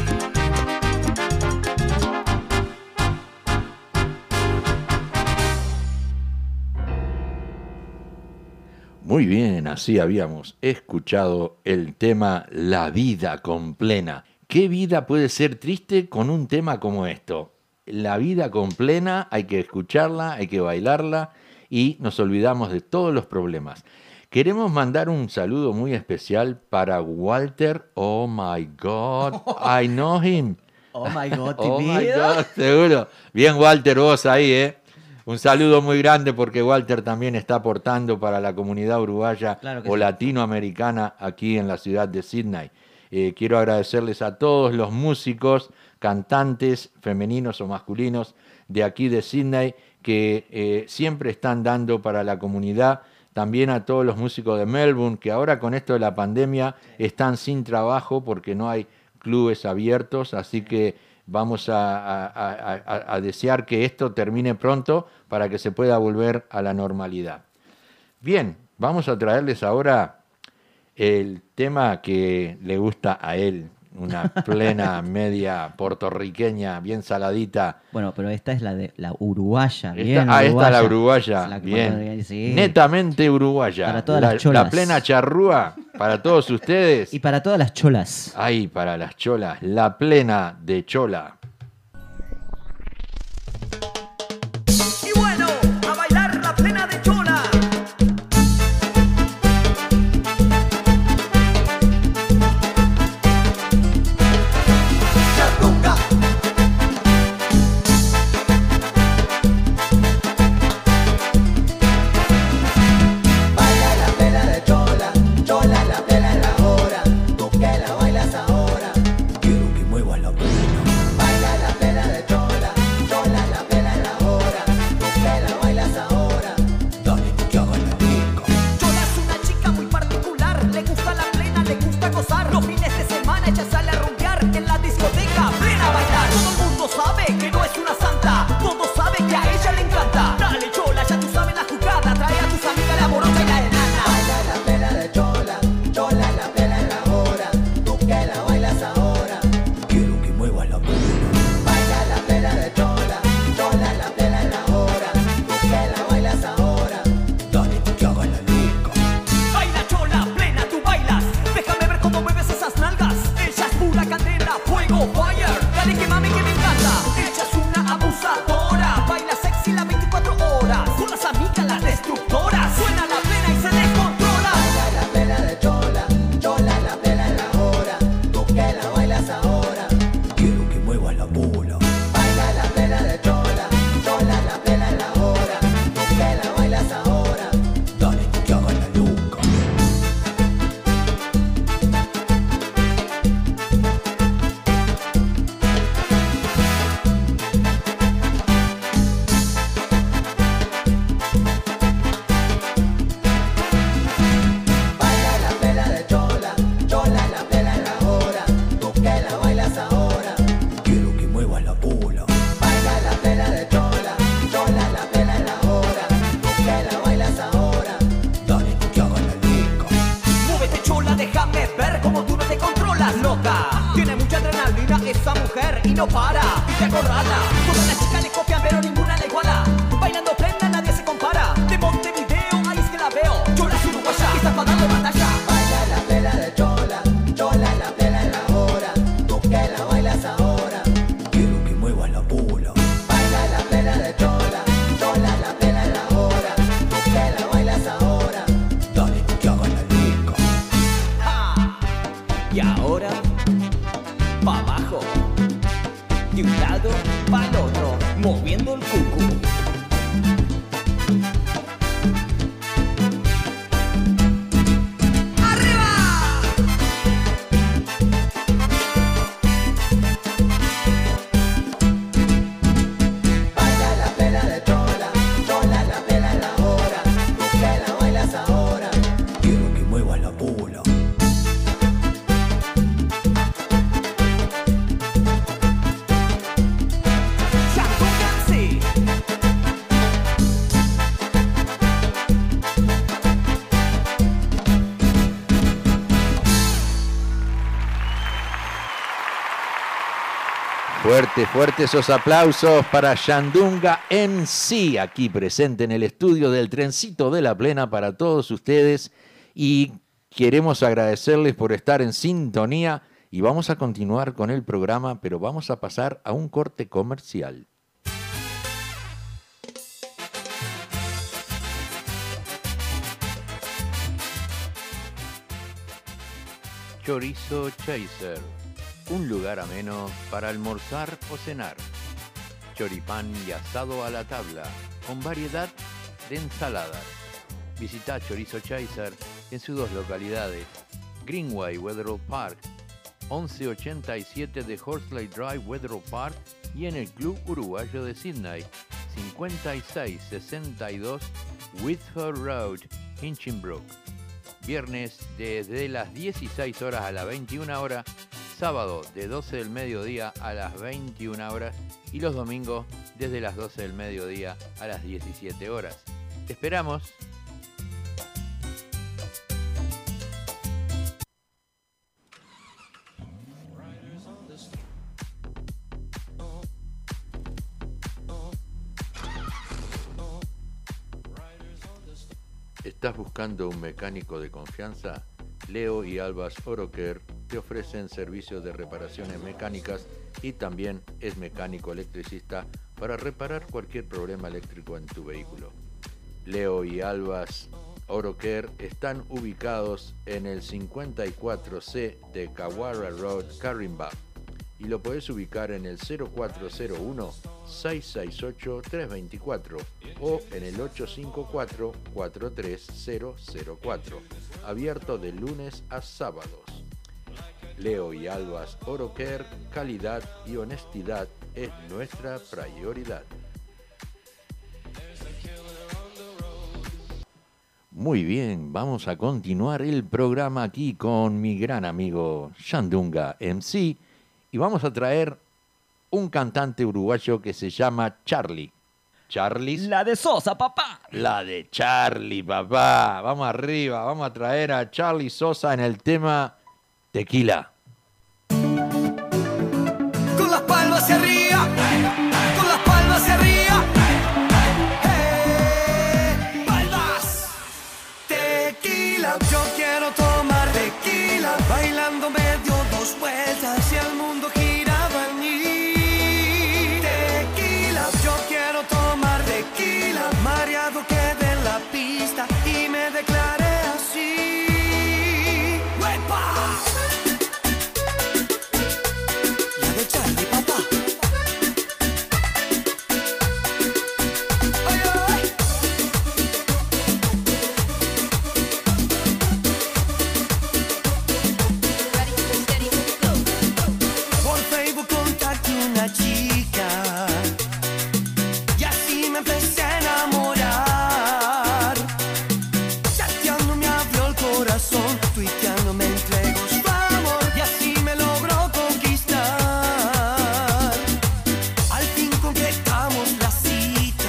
Muy bien, así habíamos escuchado el tema La vida con plena. ¿Qué vida puede ser triste con un tema como esto? La vida con plena, hay que escucharla, hay que bailarla y nos olvidamos de todos los problemas. Queremos mandar un saludo muy especial para Walter. Oh my God, I know him. Oh my God, Oh my vida. God, seguro. Bien, Walter, vos ahí, ¿eh? Un saludo muy grande porque Walter también está aportando para la comunidad uruguaya Claro que o sí. latinoamericana aquí en la ciudad de Sydney. Quiero agradecerles a todos los músicos, cantantes femeninos o masculinos de aquí de Sydney que siempre están dando para la comunidad. También a todos los músicos de Melbourne que ahora con esto de la pandemia están sin trabajo porque no hay clubes abiertos, así que vamos a desear que esto termine pronto para que se pueda volver a la normalidad. Bien, vamos a traerles ahora el tema que le gusta a él, una plena media puertorriqueña, bien saladita. Bueno, pero esta es la uruguaya, Esta bien es uruguaya. la uruguaya, Es la que bien. puertorriqueña, sí. Netamente uruguaya. Para todas las cholas. La plena charrúa para todos ustedes. Y para todas las cholas. Ay, para las cholas, la plena de chola. Y bueno, a bailar la plena de chola. Chandunga. Baila la plena de chola, chola la plena es la hora. Tú que la bailas ahora, quiero que muevas la plena. Baila la plena de chola, chola la plena es la hora. Tú que la bailas ahora, dale que haga la rica. Chola es una chica muy particular, le gusta la plena, le gusta gozar. Los fines de semana ella sale a rumbear en la discoteca, plena a bailar. Todo el mundo sabe que no es una santa, todos saben que a ella le encanta. Dale chola, ya tú sabes la jugada, trae a tus amigas la morocha y la enana. Baila la plena de chola, chola la plena es la hora. Tú que la bailas ahora, quiero que muevas la plena. Baila la plena de chola, chola la plena es la hora. Tú que la bailas ahora, dale que haga la rica. Baila chola, plena, tú bailas. Déjame ver cómo mueves esas nalgas. Ella es pura candela, fuego, fire. Dale que mami que me encanta. Ella es una abusadora, baila sexy las 24 horas. Con las amigas las destructoras. Suena la plena y se descontrola. Baila la plena de chola, chola la plena es la hora. Tú que la bailas ahora, quiero que muevas la bola. Baila la plena de chola, chola la plena es la hora. Tú que la bailas ahora, dale que haga la loca. Baila la plena de chola, chola la plena es la hora. Tú que la bailas ahora, quiero que muevas la bola. Baila la plena de chola, chola la plena es la hora. Tú que la bailas ahora, dale que haga la rica. Muévete chola, déjame ver cómo tú no te controlas, loca. Tiene mucha adrenalina esa mujer y no para, y te acorrala. Todas las chicas le copian pero ninguna la iguala. Bailando plena nadie se compara. De Montevideo ahí es que la veo. Chola es uruguaya y está para darle batalla. Baila la plena de chola, chola la plena es la hora. Tú que la bailas ahora, quiero que muevas la bola. Baila la plena de chola, chola la plena es la hora. Tú que la bailas ahora, dale que haga la rica. Y ahora, pa' abajo, de un lado pa'l otro, moviendo el cucú. Baila la plena de chola, chola la plena es la hora. Tú que la bailas ahora, quiero que muevas la bola. Fuerte, fuerte esos aplausos para Shandunga MC, aquí presente en el estudio del Trencito de la Plena para todos ustedes. Y queremos agradecerles por estar en sintonía y vamos a continuar con el programa, pero vamos a pasar a un corte comercial. Chorizo Chaser, un lugar ameno para almorzar o cenar. Choripán y asado a la tabla, con variedad de ensaladas. Visita Chorizo Chaser en sus dos localidades, Greenway, Wetherill Park, 1187 de Horsley Drive, Wetherill Park, y en el Club Uruguayo de Sydney, 5662 Whitford Road, Hinchinbrook. Viernes desde las 16 horas a las 21 horas, sábado de 12 del mediodía a las 21 horas y los domingos desde las 12 del mediodía a las 17 horas. ¡Te esperamos! ¿Estás buscando un mecánico de confianza? Leo y Albas Oroker te ofrecen servicios de reparaciones mecánicas y también es mecánico electricista para reparar cualquier problema eléctrico en tu vehículo. Leo y Albas Oroker están ubicados en el 54C de Kawara Road, Caringbah, y lo puedes ubicar en el 0401-668-324 o en el 854-43004, abierto de lunes a sábados. Leo y Albas Oroker, calidad y honestidad es nuestra prioridad. Muy bien, vamos a continuar el programa aquí con mi gran amigo Shandunga MC y vamos a traer un cantante uruguayo que se llama Charlie. Charlie. La de Sosa, papá. La de Charlie, papá. Vamos arriba, vamos a traer a Charlie Sosa en el tema Tequila. Con las palmas hacia arriba, con las palmas hacia arriba. Palmas. Tequila, yo quiero tomar tequila, bailando medio dos vueltas y el mundo giraba en mí. Tequila, yo quiero tomar tequila, mareado quedé en la pista y me declaré así. ¡Huepa! La de Charlie, papá. ¡Ay, ay! Por Facebook contacté una chica y así me empecé a enamorar. Chateando me abrió el corazón, tuiteando me entregó su amor y así me logró conquistar. Al fin concretamos la cita,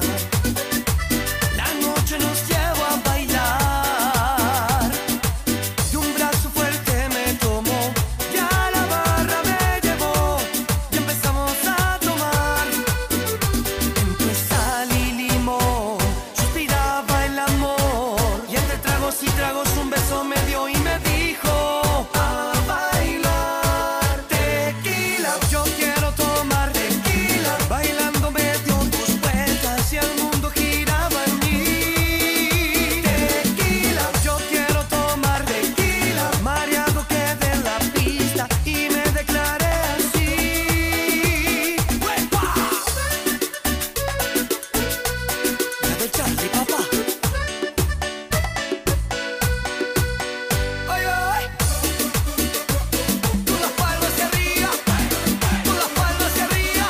la noche nos llevó a bailar. De un brazo fuerte me tomó y a la barra me llevó y empezamos a tomar. Entre sal y limón suspiraba el amor y entre tragos y tragos un beso me dio y me dijo: a bailar tequila, yo quiero tomar tequila, bailando medio dos vueltas y el mundo giraba en mí. Tequila, yo quiero tomar tequila, mareado quedé en la pista y me declaré así. ¡Huepa! La de Charlie, papá. ¡Ay, ay! Con las palmas hacia arriba, con las palmas hacia arriba.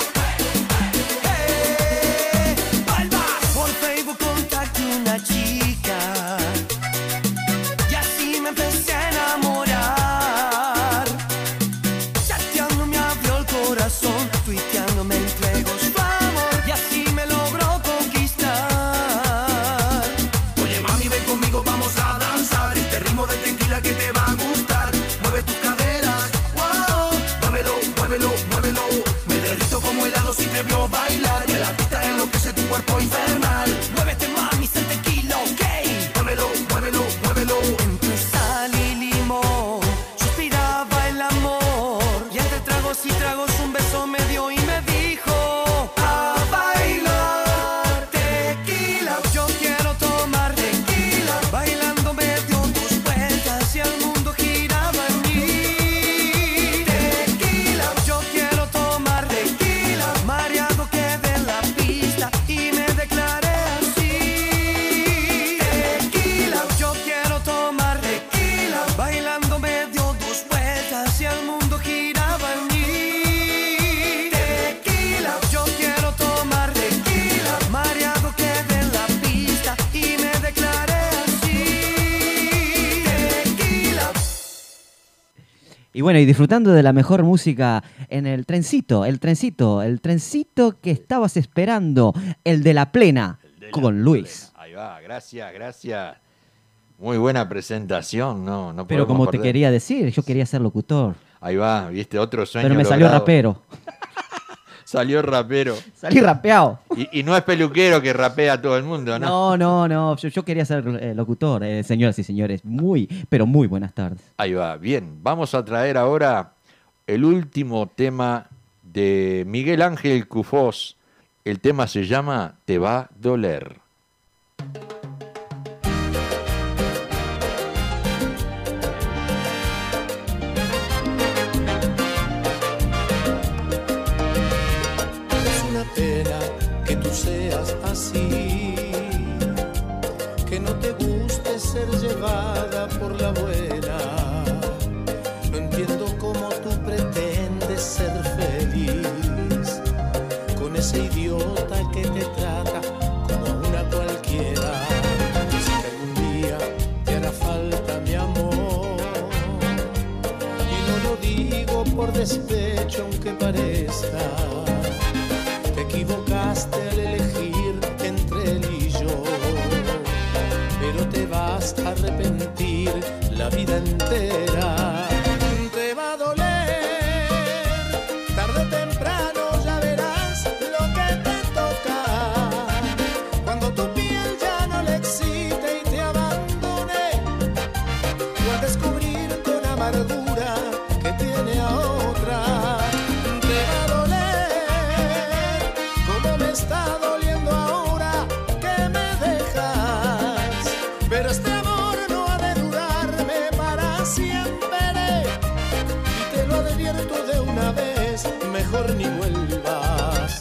¡Palmas! Por Facebook contacté una chica y así me empecé a enamorar. Chateando me abrió el corazón, tuiteando me entregó su amor y así me logró conquistar. Oye mami, ven conmigo, vamos a danzar este ritmo de tequila que te va a gustar. Mueve tus caderas, wow, muévelo, muévelo, muévelo. Me derrito como helado si te veo bailar, que la pista enloquece tu cuerpo infernal. Muévete mami, sé tequila, ok. Muévelo, muévelo, muévelo. Entre sal y limón suspiraba el amor y entre tragos y tragos un beso me dio y me dijo: a bailar tequila, yo quiero tomar tequila, bailando medio dos vueltas y el mundo giraba en mí. Tequila, yo quiero tomar tequila, mareado quedé en la pista y me declaré Y bueno, y disfrutando de la mejor música en el trencito que estabas esperando, el de la plena, con Luis. Ahí va, gracias. Muy buena presentación, no Pero podemos como te perder. quería decir, yo quería ser locutor. Ahí va, viste, otro sueño Pero me salió logrado. rapero. Salió rapero. Salí rapeado. Y no es peluquero que rapea a todo el mundo, ¿no? No. Yo quería ser locutor. Señoras y señores, pero muy buenas tardes. Ahí va, bien. Vamos a traer ahora el último tema de Miguel Ángel Cufós. El tema se llama Te va a doler. Es una pena que tú seas así, que no te guste ser llevada por la buena. No entiendo cómo tú pretendes ser feliz con ese idiota que te trata como a una cualquiera. Si algún día te hará falta mi amor, y no lo digo por despecho aunque parezca, te equivocaste al elegir entre él y yo, pero te vas a arrepentir la vida entera. Te va a doler, tarde o temprano ya verás lo que te toca. Cuando tu piel ya no le excite y te abandone, o al descubrir con amargura que tiene a otra. Te va a doler como me está doliendo ahora que me dejas, pero este amor no ha de durarme para siempre, y te lo advierto de una vez, mejor ni vuelvas.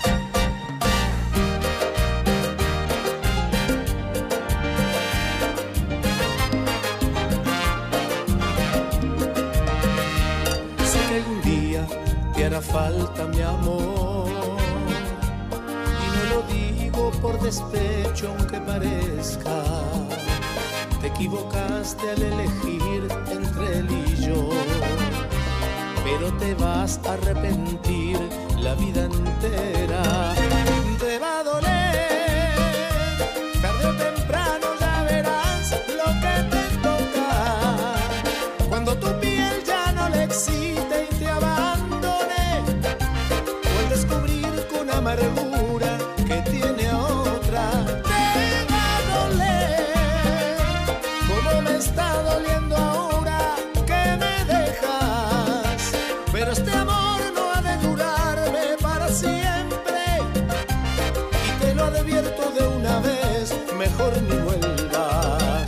Sé que algún día te hará falta mi amor, y no lo digo por despecho aunque parezca. Te equivocaste al elegir entre él y yo, pero te vas a arrepentir la vida entera. Te va a doler, tarde o temprano ya verás lo que te toca. Cuando tu piel ya no le excite y te abandone, o al descubrir con amargura que tiene a otra. Te va a doler como me está doliendo ahora que me dejas, pero este amor no ha de durarme para siempre, y te lo advierto de una vez, mejor ni vuelvas.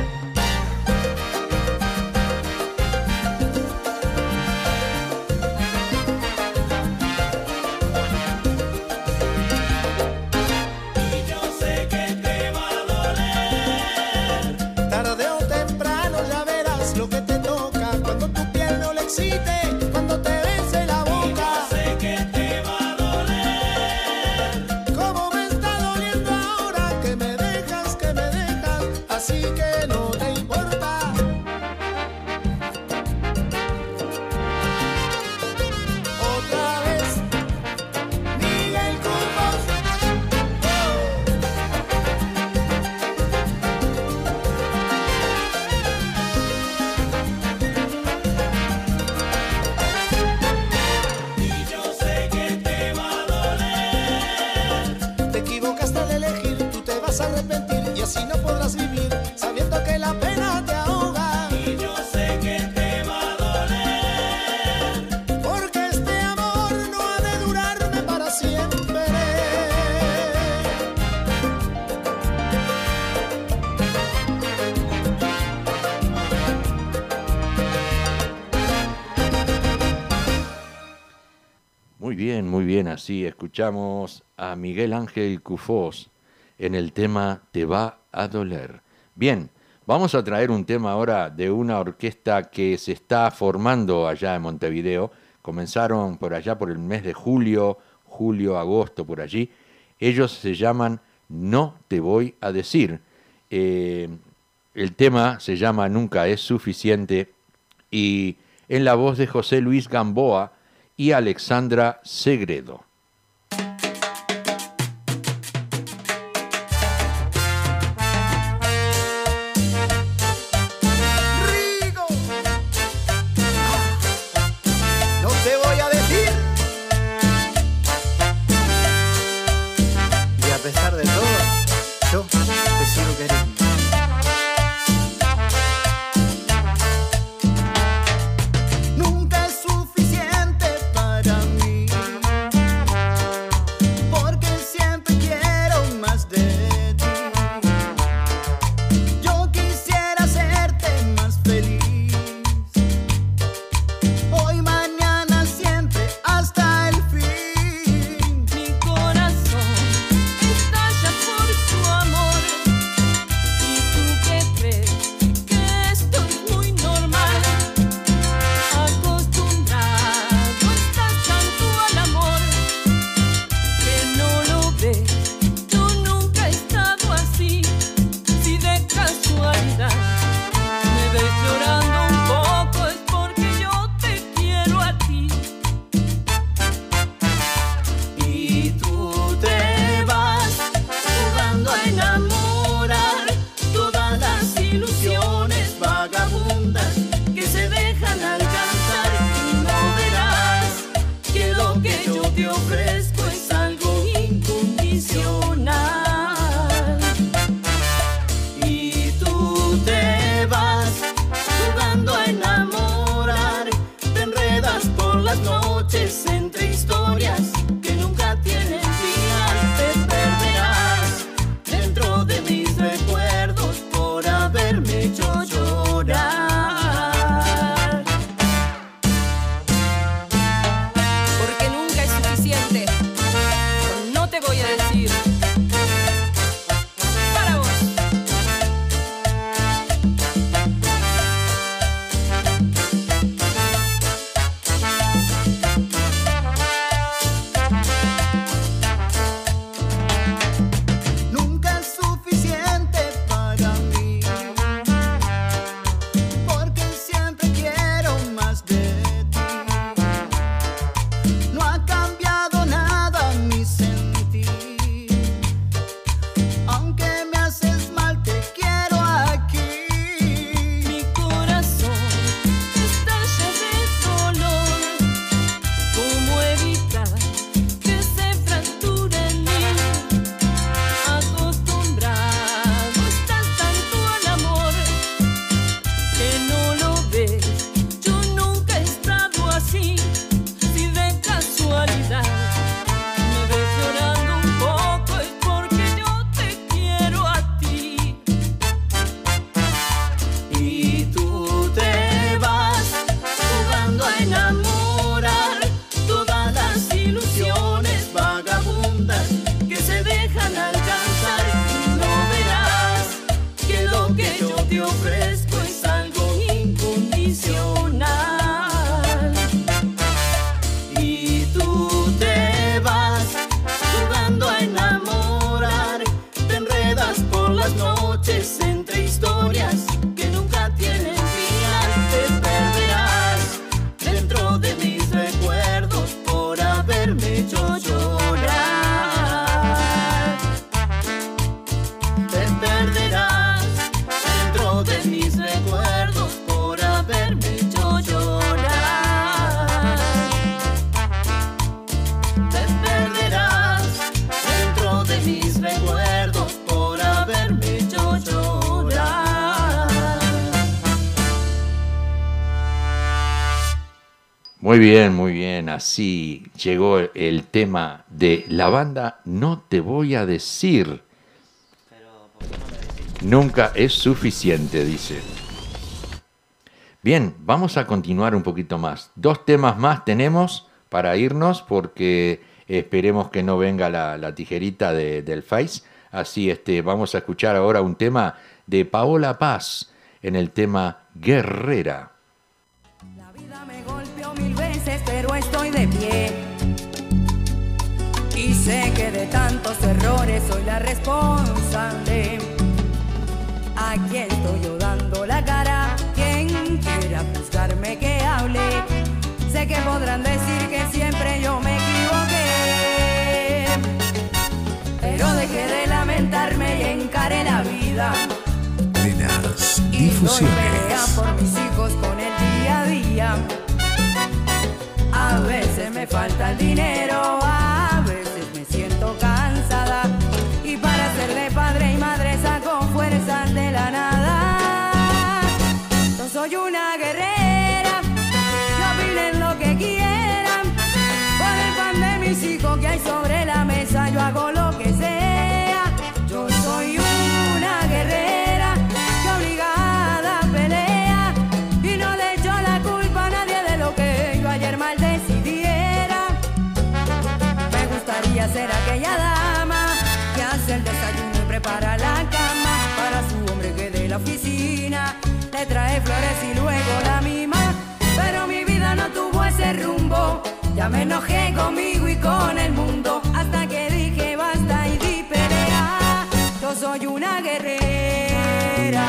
Y yo sé que te va a doler, tarde o temprano ya verás lo que te toca. Cuando tu piel no le excite, cuando te bese la boca. Y yo sé que te va a doler, como me está doliendo ahora que me dejas, así que no te importa. Otra vez, Miguel Cufós. Y yo sé que te va a doler. Te equivocaste al elegir, tú te vas a arrepentir y así no podrás vivir sabiendo que la pena te ahoga. Y yo sé que te va a doler, porque este amor no ha de durarme para siempre. Muy bien, así escuchamos a Miguel Ángel Cufós en el tema Te va a doler. Bien, vamos a traer un tema ahora de una orquesta que se está formando allá en Montevideo. Comenzaron por allá por el mes de julio, agosto, por allí. Ellos se llaman No te voy a decir. El tema se llama Nunca es suficiente y en la voz de José Luis Gamboa y Alexandra Segredo. No te voy a decir. Y a pesar de todo, yo te sigo queriendo. Nunca es suficiente para mí, porque siempre quiero más de ti. Yo quisiera hacerte más feliz, hoy, mañana, siempre, hasta el fin. Mi corazón estalla por tu amor. ¿Y tú qué crees? Que esto es muy normal. Acostumbrado estás tanto al amor que no lo ves. Yo nunca he estado así. Si de casualidad me ves llorando un poco, es porque yo te quiero a ti. Y tú te vas jugando a enamorar todas las ilusiones vagabundas que se dejan alcanzar, y no verás que lo que yo te ofrezco es algo incondicional. Y tú te vas jugando a enamorar, te enredas por las noches entre historias que nunca tienen final. Te perderás dentro de mis recuerdos por haberme hecho llorar. Porque nunca es suficiente. No te voy a decir. Para vos. Nunca es suficiente para mí, porque siempre quiero más de ti. No ha cambiado nada mi sentir, aunque me haces mal, te quiero aquí. Mi corazón estalla de dolor. ¿Cómo evitar que se fracture en mí? Acostumbrado estás tanto al amor que no lo ves. Yo nunca he estado así. Si de casualidad me ves llorando un poco, es porque yo te quiero a ti. Y tú te vas jugando a enamorar todas las ilusiones vagabundas que se dejan alcanzar, y no verás que lo que yo te ofrezco es algo incondicional. Y tú te vas jugando a enamorar, te enredas por las noches entre historias que nunca tienen final. Te perderás dentro de mis recuerdos por haberme hecho llorar. Te perderás dentro de mis recuerdos por haberme hecho llorar. Te perderás dentro de mis recuerdos por haberme hecho llorar. Muy bien, muy bien. Así llegó el tema de la banda No Te Voy a Decir. Nunca es suficiente, dice. Bien, vamos a continuar un poquito más. 2 temas más tenemos para irnos porque esperemos que no venga la tijerita del Face. Así vamos a escuchar ahora un tema de Paola Paz en el tema Guerrera. La vida me golpeó 1000 veces, pero estoy de pie. Y sé que de tantos errores soy la responsable. Aquí estoy yo dando la cara. Quien quiera juzgarme déjenme que hable. Sé que podrán decir que siempre yo me equivoqué, pero dejé de lamentarme y encaré la vida. Nenas Y doy pelea Difusiones. por mis hijos con el día a día. A veces me falta el dinero, a veces me siento cansada, y para ser de padre y madre saco fuerzas de la nada. Yo soy una guerrera, que opinen lo que quieran. Por el pan de mis hijos que hay sobre la mesa, yo hago lo que sea. Yo soy una guerrera, que obligada pelea, y no le echo la culpa a nadie de lo que yo ayer mal decidiera. Me gustaría ser aquella dama que hace el desayuno y prepara la cama para su hombre que de la oficina le trae flores y luego la mima. Pero mi vida no tuvo ese rumbo, ya me enojé conmigo y con el mundo, hasta que dije basta y di pelea. Yo soy una guerrera.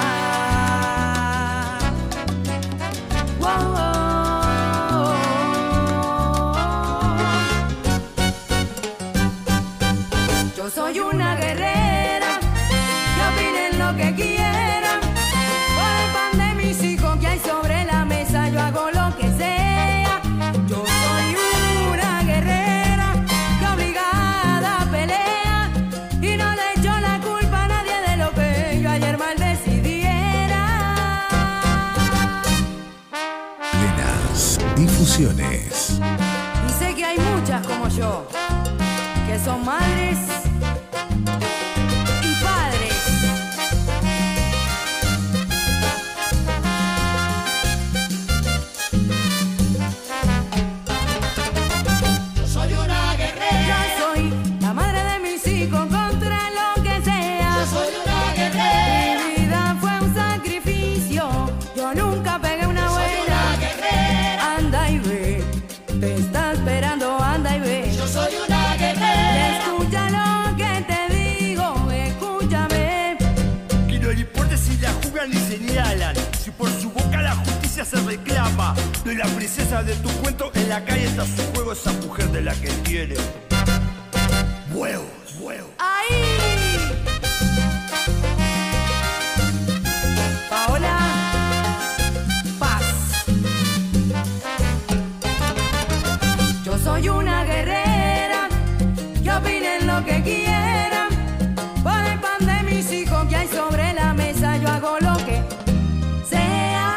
Wow, wow. Yo soy una guerrera, que opinen lo que quieran. Por el pan de mis hijos que hay sobre la mesa, yo hago lo que sea. Yo soy una guerrera, que obligada pelea, y no le echo la culpa a nadie de lo que yo ayer mal decidiera. Nenas Difusiones. Y sé que hay muchas como yo, que son madres y padres. Yo soy una guerrera. Yo soy la madre de mis hijos contra lo que sea. Yo soy una guerrera. Mi vida fue un sacrificio. Yo nunca pegué una buena. Soy una guerrera. Anda y ve, te está esperando, anda y ve. Yo soy una guerrera. Escucha lo que te digo, escúchame. Que no le importa si la juzgan ni señalan, si por su boca la justicia se reclama. De la princesa de tu cuento en la calle está su juego, esa mujer de la que tiene huevos, huevos. ¡Ahí! Paola Paz. Yo soy una guerrera, que opinen lo que quieran. Por el pan de mis hijos que hay sobre la mesa, yo hago lo que sea.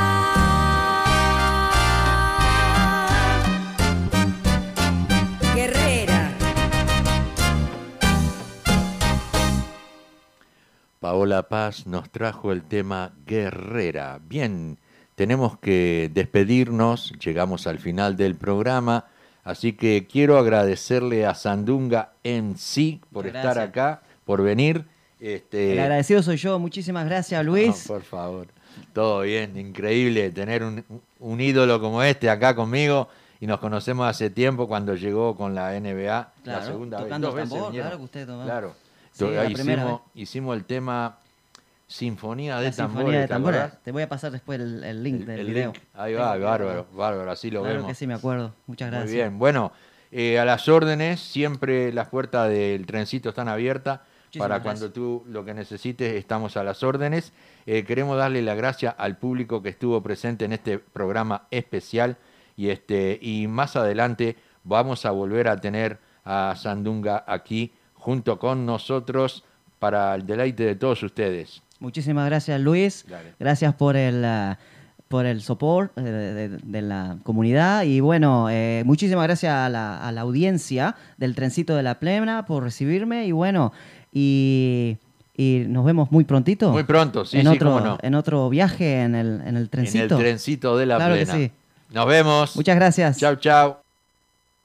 Guerrera. Paola Paz nos trajo el tema Guerrera. Bien, tenemos que despedirnos, llegamos al final del programa, así que quiero agradecerle a Sandunga MC por Muchas estar gracias. acá, por venir. El agradecido soy yo. Muchísimas gracias, Luis. No, por favor, todo bien, increíble tener un ídolo como este acá conmigo, y nos conocemos hace tiempo cuando llegó con la NBA, Claro, la segunda vez. tocando 2 veces tambor, vinieron. claro que usted tomó. Claro. Sí, la primera vez. Hicimos el tema Sinfonía de La Tambores. Sinfonía de ¿te Tambores. acordás? Te voy a pasar después el link del El video. link. Ahí va, bárbaro, bárbaro, así lo Claro vemos. que sí, me acuerdo. Muchas gracias. Muy bien, bueno, a las órdenes, siempre las puertas del trencito están abiertas. Muchísimas Para gracias. cuando tú lo que necesites, estamos a las órdenes. Queremos darle las gracias al público que estuvo presente en este programa especial, y más adelante vamos a volver a tener a Sandunga aquí junto con nosotros para el deleite de todos ustedes. Muchísimas gracias, Luis. Dale. Gracias por el support de la comunidad. Y bueno, muchísimas gracias a la audiencia del Trencito de la Plena por recibirme. Y bueno, y nos vemos muy prontito. Muy pronto, sí, en sí, otro, cómo no. en otro viaje en el trencito. En el trencito de la Claro Plena. que sí. Nos vemos. Muchas gracias. Chau, chau.